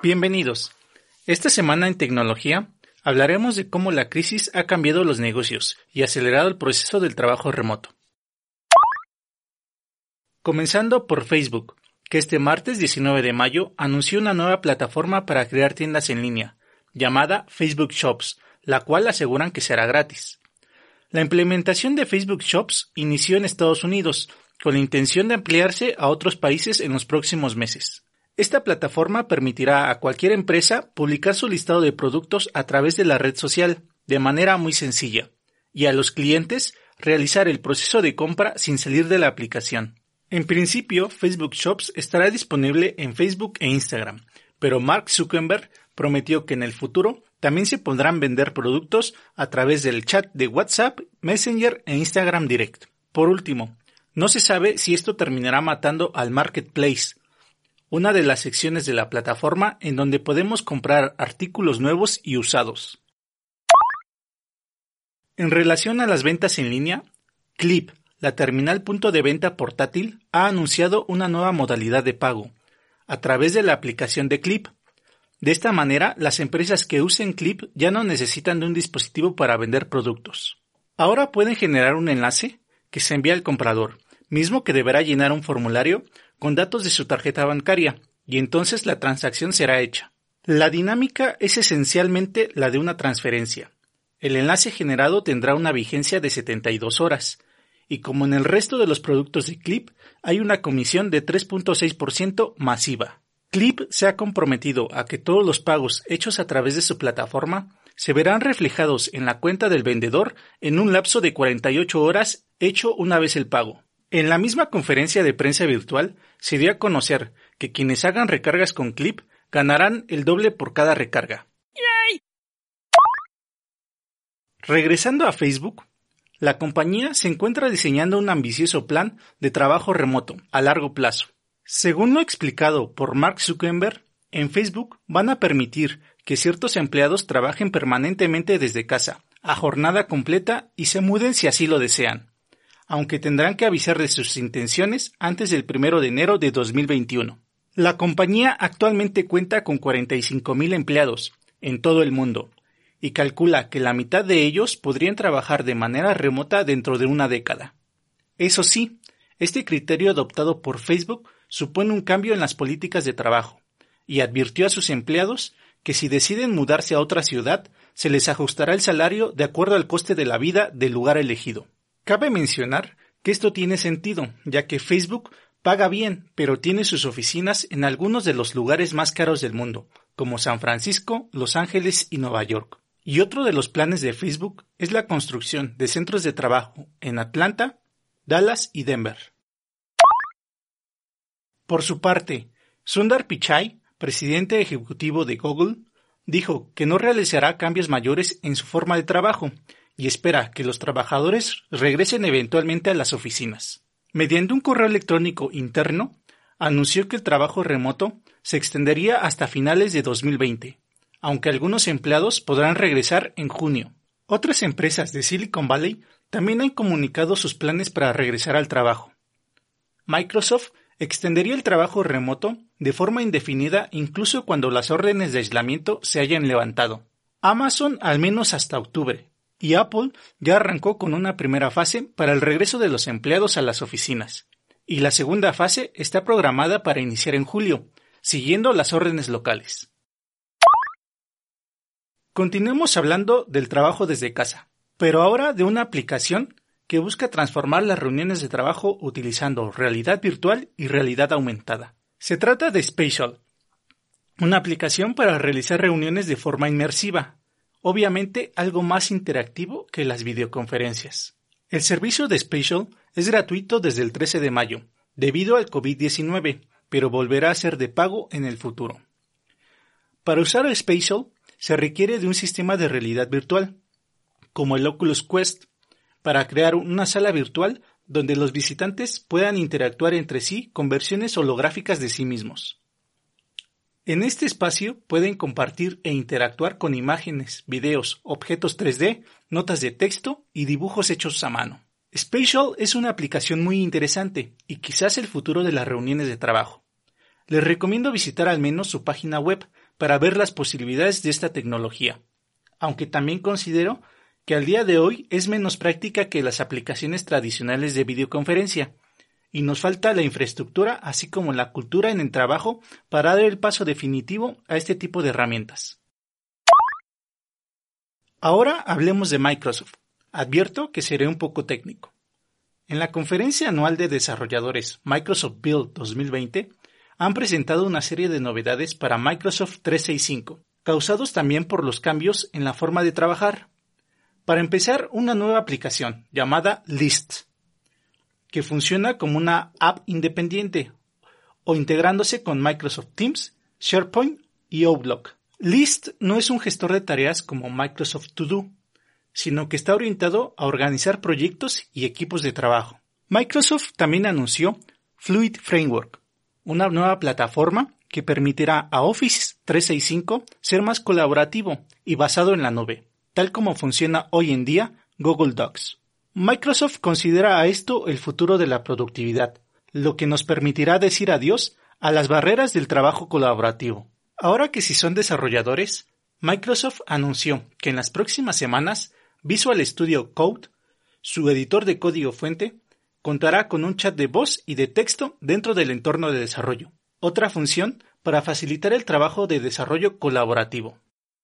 Bienvenidos. Esta semana en tecnología hablaremos de cómo la crisis ha cambiado los negocios y acelerado el proceso del trabajo remoto. Comenzando por Facebook, que este martes 19 de mayo anunció una nueva plataforma para crear tiendas en línea, llamada Facebook Shops, la cual aseguran que será gratis. La implementación de Facebook Shops inició en Estados Unidos, con la intención de ampliarse a otros países en los próximos meses. Esta plataforma permitirá a cualquier empresa publicar su listado de productos a través de la red social, de manera muy sencilla, y a los clientes realizar el proceso de compra sin salir de la aplicación. En principio, Facebook Shops estará disponible en Facebook e Instagram, pero Mark Zuckerberg prometió que en el futuro también se podrán vender productos a través del chat de WhatsApp, Messenger e Instagram Direct. Por último, no se sabe si esto terminará matando al Marketplace, una de las secciones de la plataforma en donde podemos comprar artículos nuevos y usados. En relación a las ventas en línea, Clip, la terminal punto de venta portátil, ha anunciado una nueva modalidad de pago, a través de la aplicación de Clip. De esta manera, las empresas que usen Clip ya no necesitan de un dispositivo para vender productos. Ahora pueden generar un enlace que se envía al comprador, mismo que deberá llenar un formulario con datos de su tarjeta bancaria, y entonces la transacción será hecha. La dinámica es esencialmente la de una transferencia. El enlace generado tendrá una vigencia de 72 horas, y como en el resto de los productos de Clip, hay una comisión de 3.6% masiva. Clip se ha comprometido a que todos los pagos hechos a través de su plataforma se verán reflejados en la cuenta del vendedor en un lapso de 48 horas hecho una vez el pago. En la misma conferencia de prensa virtual se dio a conocer que quienes hagan recargas con Clip ganarán el doble por cada recarga. ¡Yay! Regresando a Facebook, la compañía se encuentra diseñando un ambicioso plan de trabajo remoto a largo plazo. Según lo explicado por Mark Zuckerberg, en Facebook van a permitir que ciertos empleados trabajen permanentemente desde casa, a jornada completa y se muden si así lo desean, aunque tendrán que avisar de sus intenciones antes del 1 de enero de 2021. La compañía actualmente cuenta con 45,000 empleados en todo el mundo y calcula que la mitad de ellos podrían trabajar de manera remota dentro de una década. Eso sí, este criterio adoptado por Facebook supone un cambio en las políticas de trabajo y advirtió a sus empleados que si deciden mudarse a otra ciudad, se les ajustará el salario de acuerdo al coste de la vida del lugar elegido. Cabe mencionar que esto tiene sentido, ya que Facebook paga bien, pero tiene sus oficinas en algunos de los lugares más caros del mundo, como San Francisco, Los Ángeles y Nueva York. Y otro de los planes de Facebook es la construcción de centros de trabajo en Atlanta, Dallas y Denver. Por su parte, Sundar Pichai, presidente ejecutivo de Google, dijo que no realizará cambios mayores en su forma de trabajo, y espera que los trabajadores regresen eventualmente a las oficinas. Mediante un correo electrónico interno, anunció que el trabajo remoto se extendería hasta finales de 2020, aunque algunos empleados podrán regresar en junio. Otras empresas de Silicon Valley también han comunicado sus planes para regresar al trabajo. Microsoft extendería el trabajo remoto de forma indefinida incluso cuando las órdenes de aislamiento se hayan levantado. Amazon al menos hasta octubre. Y Apple ya arrancó con una primera fase para el regreso de los empleados a las oficinas, y la segunda fase está programada para iniciar en julio, siguiendo las órdenes locales. Continuemos hablando del trabajo desde casa, pero ahora de una aplicación que busca transformar las reuniones de trabajo utilizando realidad virtual y realidad aumentada. Se trata de Spatial, una aplicación para realizar reuniones de forma inmersiva. Obviamente algo más interactivo que las videoconferencias. El servicio de Spatial es gratuito desde el 13 de mayo, debido al COVID-19, pero volverá a ser de pago en el futuro. Para usar Spatial se requiere de un sistema de realidad virtual, como el Oculus Quest, para crear una sala virtual donde los visitantes puedan interactuar entre sí con versiones holográficas de sí mismos. En este espacio pueden compartir e interactuar con imágenes, videos, objetos 3D, notas de texto y dibujos hechos a mano. Spatial es una aplicación muy interesante y quizás el futuro de las reuniones de trabajo. Les recomiendo visitar al menos su página web para ver las posibilidades de esta tecnología, aunque también considero que al día de hoy es menos práctica que las aplicaciones tradicionales de videoconferencia, y nos falta la infraestructura así como la cultura en el trabajo para dar el paso definitivo a este tipo de herramientas. Ahora hablemos de Microsoft. Advierto que seré un poco técnico. En la conferencia anual de desarrolladores Microsoft Build 2020 han presentado una serie de novedades para Microsoft 365, causados también por los cambios en la forma de trabajar. Para empezar, una nueva aplicación llamada List, que funciona como una app independiente o integrándose con Microsoft Teams, SharePoint y Outlook. List no es un gestor de tareas como Microsoft To Do, sino que está orientado a organizar proyectos y equipos de trabajo. Microsoft también anunció Fluid Framework, una nueva plataforma que permitirá a Office 365 ser más colaborativo y basado en la nube, tal como funciona hoy en día Google Docs. Microsoft considera a esto el futuro de la productividad, lo que nos permitirá decir adiós a las barreras del trabajo colaborativo. Ahora que si son desarrolladores, Microsoft anunció que en las próximas semanas Visual Studio Code, su editor de código fuente, contará con un chat de voz y de texto dentro del entorno de desarrollo, otra función para facilitar el trabajo de desarrollo colaborativo.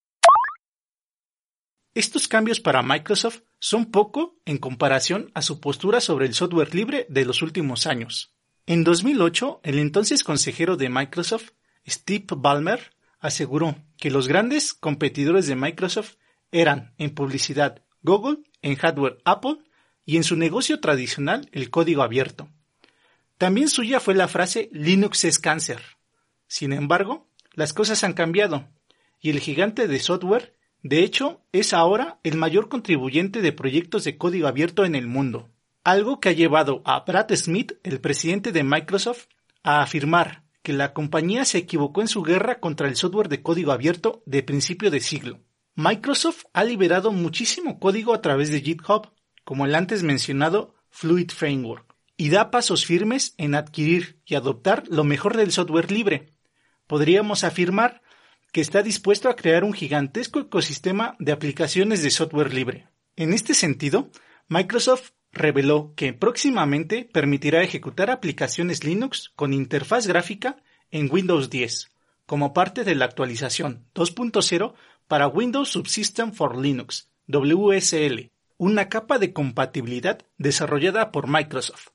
Estos cambios para Microsoft son poco en comparación a su postura sobre el software libre de los últimos años. En 2008, el entonces consejero de Microsoft, Steve Ballmer, aseguró que los grandes competidores de Microsoft eran, en publicidad, Google, en hardware, Apple, y en su negocio tradicional, el código abierto. También suya fue la frase Linux es cáncer. Sin embargo, las cosas han cambiado, y el gigante de software, de hecho, es ahora el mayor contribuyente de proyectos de código abierto en el mundo, algo que ha llevado a Brad Smith, el presidente de Microsoft, a afirmar que la compañía se equivocó en su guerra contra el software de código abierto de principio de siglo. Microsoft ha liberado muchísimo código a través de GitHub, como el antes mencionado Fluid Framework, y da pasos firmes en adquirir y adoptar lo mejor del software libre. Podríamos afirmar que está dispuesto a crear un gigantesco ecosistema de aplicaciones de software libre. En este sentido, Microsoft reveló que próximamente permitirá ejecutar aplicaciones Linux con interfaz gráfica en Windows 10, como parte de la actualización 2.0 para Windows Subsystem for Linux, WSL, una capa de compatibilidad desarrollada por Microsoft.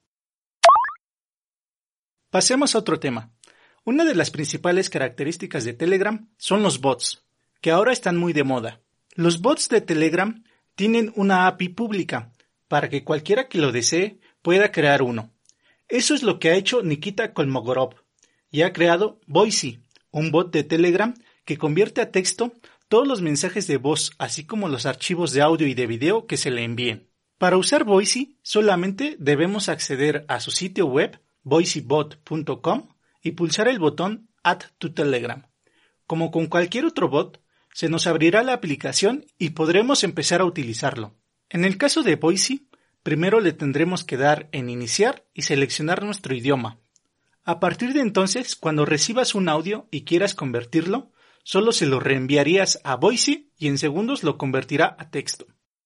Pasemos a otro tema. Una de las principales características de Telegram son los bots, que ahora están muy de moda. Los bots de Telegram tienen una API pública, para que cualquiera que lo desee pueda crear uno. Eso es lo que ha hecho Nikita Kolmogorov, y ha creado Voicey, un bot de Telegram que convierte a texto todos los mensajes de voz, así como los archivos de audio y de video que se le envíen. Para usar Voicey, solamente debemos acceder a su sitio web, voiceybot.com, y pulsar el botón Add to Telegram. Como con cualquier otro bot, se nos abrirá la aplicación y podremos empezar a utilizarlo. En el caso de Voicey, primero le tendremos que dar en Iniciar y seleccionar nuestro idioma. A partir de entonces, cuando recibas un audio y quieras convertirlo, solo se lo reenviarías a Voicey y en segundos lo convertirá a texto.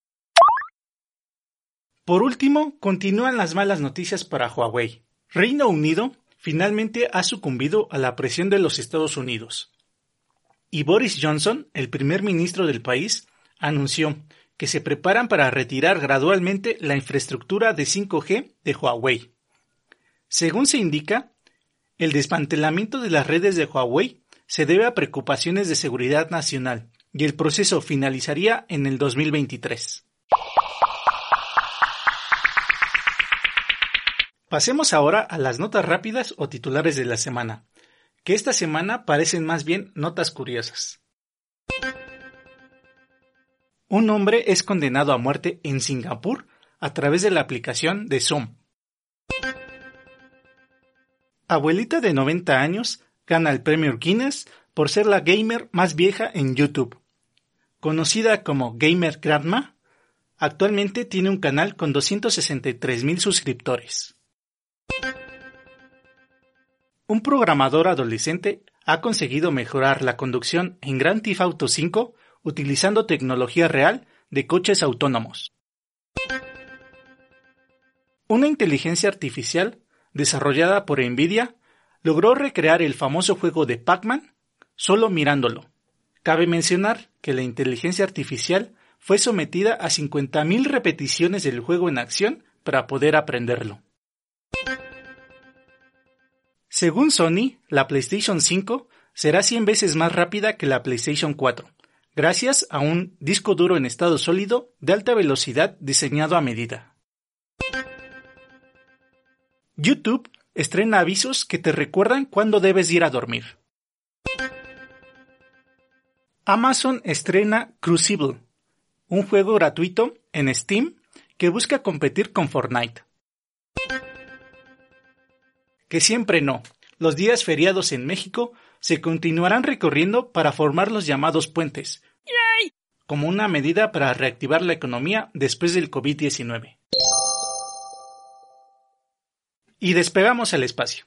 Por último, continúan las malas noticias para Huawei. Reino Unido finalmente ha sucumbido a la presión de los Estados Unidos. Y Boris Johnson, el primer ministro del país, anunció que se preparan para retirar gradualmente la infraestructura de 5G de Huawei. Según se indica, el desmantelamiento de las redes de Huawei se debe a preocupaciones de seguridad nacional y el proceso finalizaría en el 2023. Pasemos ahora a las notas rápidas o titulares de la semana, que esta semana parecen más bien notas curiosas. Un hombre es condenado a muerte en Singapur a través de la aplicación de Zoom. Abuelita de 90 años gana el premio Guinness por ser la gamer más vieja en YouTube. Conocida como Gamer Grandma, actualmente tiene un canal con 263,000 suscriptores. Un programador adolescente ha conseguido mejorar la conducción en Grand Theft Auto V utilizando tecnología real de coches autónomos. Una inteligencia artificial desarrollada por Nvidia logró recrear el famoso juego de Pac-Man solo mirándolo. Cabe mencionar que la inteligencia artificial fue sometida a 50.000 repeticiones del juego en acción para poder aprenderlo. Según Sony, la PlayStation 5 será 100 veces más rápida que la PlayStation 4, gracias a un disco duro en estado sólido de alta velocidad diseñado a medida. YouTube estrena avisos que te recuerdan cuándo debes ir a dormir. Amazon estrena Crucible, un juego gratuito en Steam que busca competir con Fortnite. Que siempre no, los días feriados en México se continuarán recorriendo para formar los llamados puentes, ¡yay!, como una medida para reactivar la economía después del COVID-19. Y despegamos al espacio.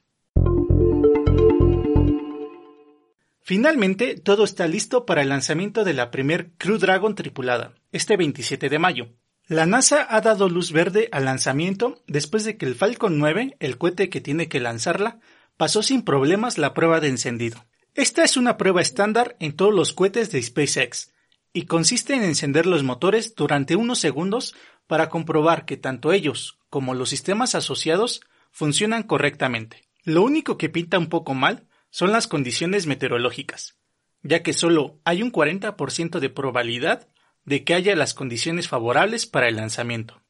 Finalmente, todo está listo para el lanzamiento de la primer Crew Dragon tripulada, este 27 de mayo. La NASA ha dado luz verde al lanzamiento después de que el Falcon 9, el cohete que tiene que lanzarla, pasó sin problemas la prueba de encendido. Esta es una prueba estándar en todos los cohetes de SpaceX y consiste en encender los motores durante unos segundos para comprobar que tanto ellos como los sistemas asociados funcionan correctamente. Lo único que pinta un poco mal son las condiciones meteorológicas, ya que solo hay un 40% de probabilidad de que haya las condiciones favorables para el lanzamiento.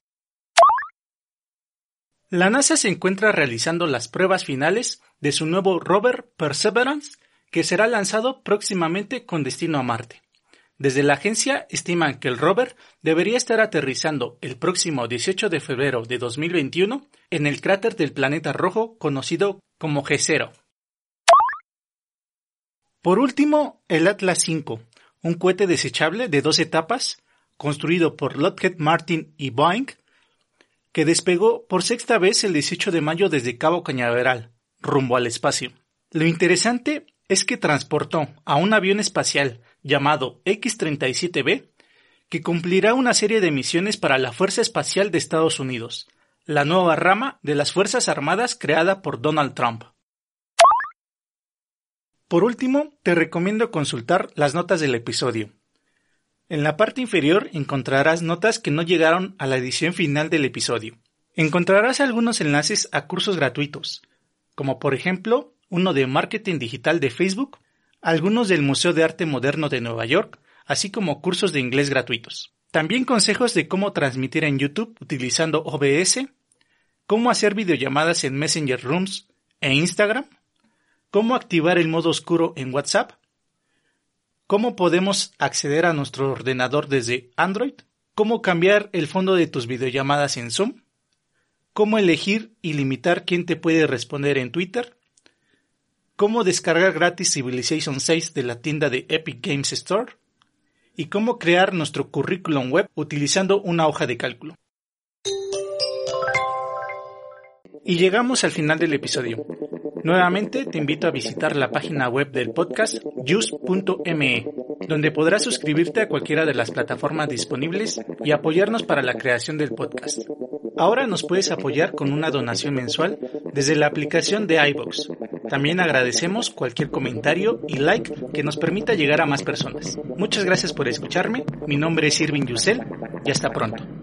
La NASA se encuentra realizando las pruebas finales de su nuevo rover Perseverance, que será lanzado próximamente con destino a Marte. Desde la agencia estiman que el rover debería estar aterrizando el próximo 18 de febrero de 2021 en el cráter del planeta rojo conocido como G0. Por último, el Atlas V, un cohete desechable de 2 etapas, construido por Lockheed Martin y Boeing, que despegó por sexta vez el 18 de mayo desde Cabo Cañaveral, rumbo al espacio. Lo interesante es que transportó a un avión espacial llamado X-37B, que cumplirá una serie de misiones para la Fuerza Espacial de Estados Unidos, la nueva rama de las Fuerzas Armadas creada por Donald Trump. Por último, te recomiendo consultar las notas del episodio. En la parte inferior encontrarás notas que no llegaron a la edición final del episodio. Encontrarás algunos enlaces a cursos gratuitos, como por ejemplo uno de marketing digital de Facebook, algunos del Museo de Arte Moderno de Nueva York, así como cursos de inglés gratuitos. También consejos de cómo transmitir en YouTube utilizando OBS, cómo hacer videollamadas en Messenger Rooms e Instagram, cómo activar el modo oscuro en WhatsApp, cómo podemos acceder a nuestro ordenador desde Android, cómo cambiar el fondo de tus videollamadas en Zoom, cómo elegir y limitar quién te puede responder en Twitter, cómo descargar gratis Civilization 6 de la tienda de Epic Games Store y cómo crear nuestro currículum web utilizando una hoja de cálculo. Y llegamos al final del episodio. Nuevamente te invito a visitar la página web del podcast juice.me, donde podrás suscribirte a cualquiera de las plataformas disponibles y apoyarnos para la creación del podcast. Ahora nos puedes apoyar con una donación mensual desde la aplicación de iVoox. También agradecemos cualquier comentario y like que nos permita llegar a más personas. Muchas gracias por escucharme, mi nombre es Irving Yusel y hasta pronto.